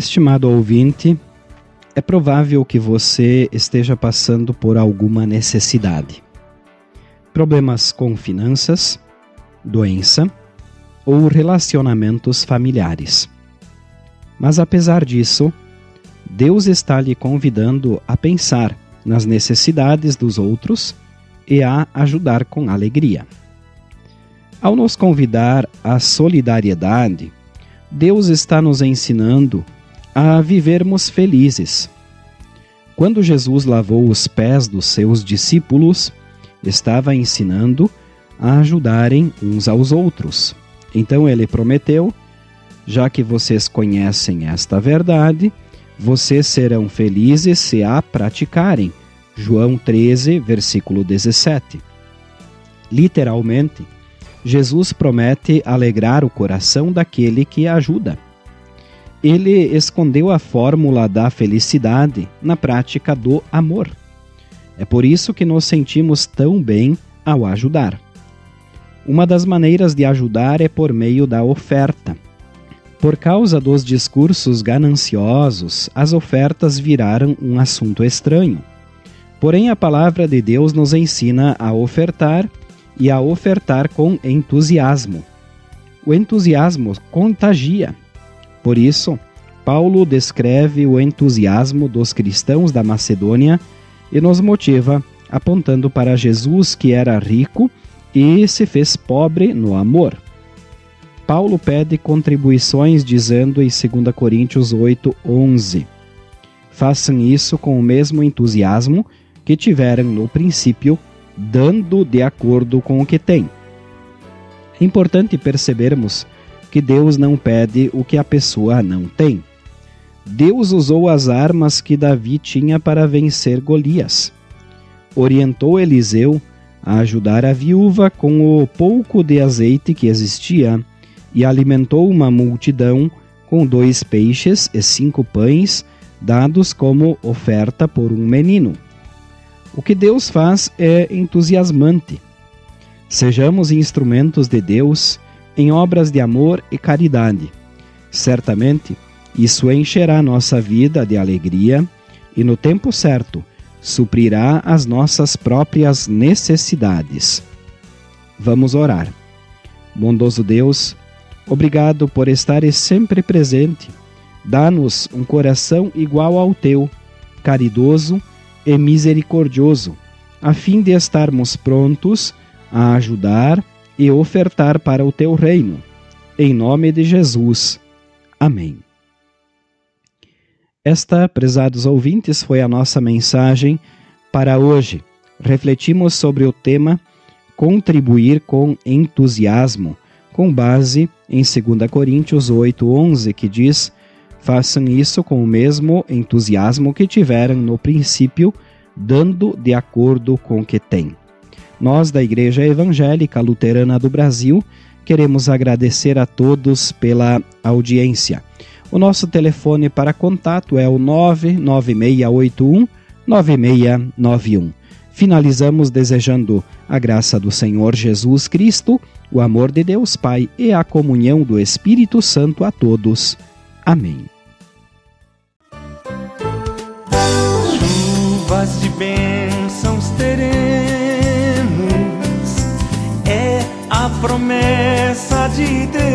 Estimado ouvinte, é provável que você esteja passando por alguma necessidade. Problemas com finanças, doença ou relacionamentos familiares. Mas apesar disso, Deus está lhe convidando a pensar nas necessidades dos outros e a ajudar com alegria. Ao nos convidar à solidariedade, Deus está nos ensinando a vivermos felizes. Quando Jesus lavou os pés dos seus discípulos, estava ensinando a ajudarem uns aos outros. Então ele prometeu: já que vocês conhecem esta verdade, vocês serão felizes se a praticarem. João 13, versículo 17. Literalmente, Jesus promete alegrar o coração daquele que ajuda. Ele escondeu a fórmula da felicidade na prática do amor. É por isso que nos sentimos tão bem ao ajudar. Uma das maneiras de ajudar é por meio da oferta. Por causa dos discursos gananciosos, as ofertas viraram um assunto estranho. Porém, a palavra de Deus nos ensina a ofertar e a ofertar com entusiasmo. O entusiasmo contagia. Por isso, Paulo descreve o entusiasmo dos cristãos da Macedônia e nos motiva apontando para Jesus, que era rico e se fez pobre no amor. Paulo pede contribuições dizendo em 2 Coríntios 8:11: façam isso com o mesmo entusiasmo que tiveram no princípio, dando de acordo com o que têm. É importante percebermos que Deus não pede o que a pessoa não tem. Deus usou as armas que Davi tinha para vencer Golias. Orientou Eliseu a ajudar a viúva com o pouco de azeite que existia e alimentou uma multidão com 2 peixes e 5 pães dados como oferta por um menino. O que Deus faz é entusiasmante. Sejamos instrumentos de Deus em obras de amor e caridade. Certamente, isso encherá nossa vida de alegria e, no tempo certo, suprirá as nossas próprias necessidades. Vamos orar. Bondoso Deus, obrigado por estares sempre presente. Dá-nos um coração igual ao teu, caridoso e misericordioso, a fim de estarmos prontos a ajudar e ofertar para o teu reino. Em nome de Jesus. Amém. Esta, prezados ouvintes, foi a nossa mensagem para hoje. Refletimos sobre o tema contribuir com entusiasmo, com base em 2 Coríntios 8:11, que diz: façam isso com o mesmo entusiasmo que tiveram no princípio, dando de acordo com o que têm. Nós, da Igreja Evangélica Luterana do Brasil, queremos agradecer a todos pela audiência. O nosso telefone para contato é o 99681-9691. Finalizamos desejando a graça do Senhor Jesus Cristo, o amor de Deus Pai e a comunhão do Espírito Santo a todos. Amém. Chuvas de bênçãos teremos, é a promessa de Deus.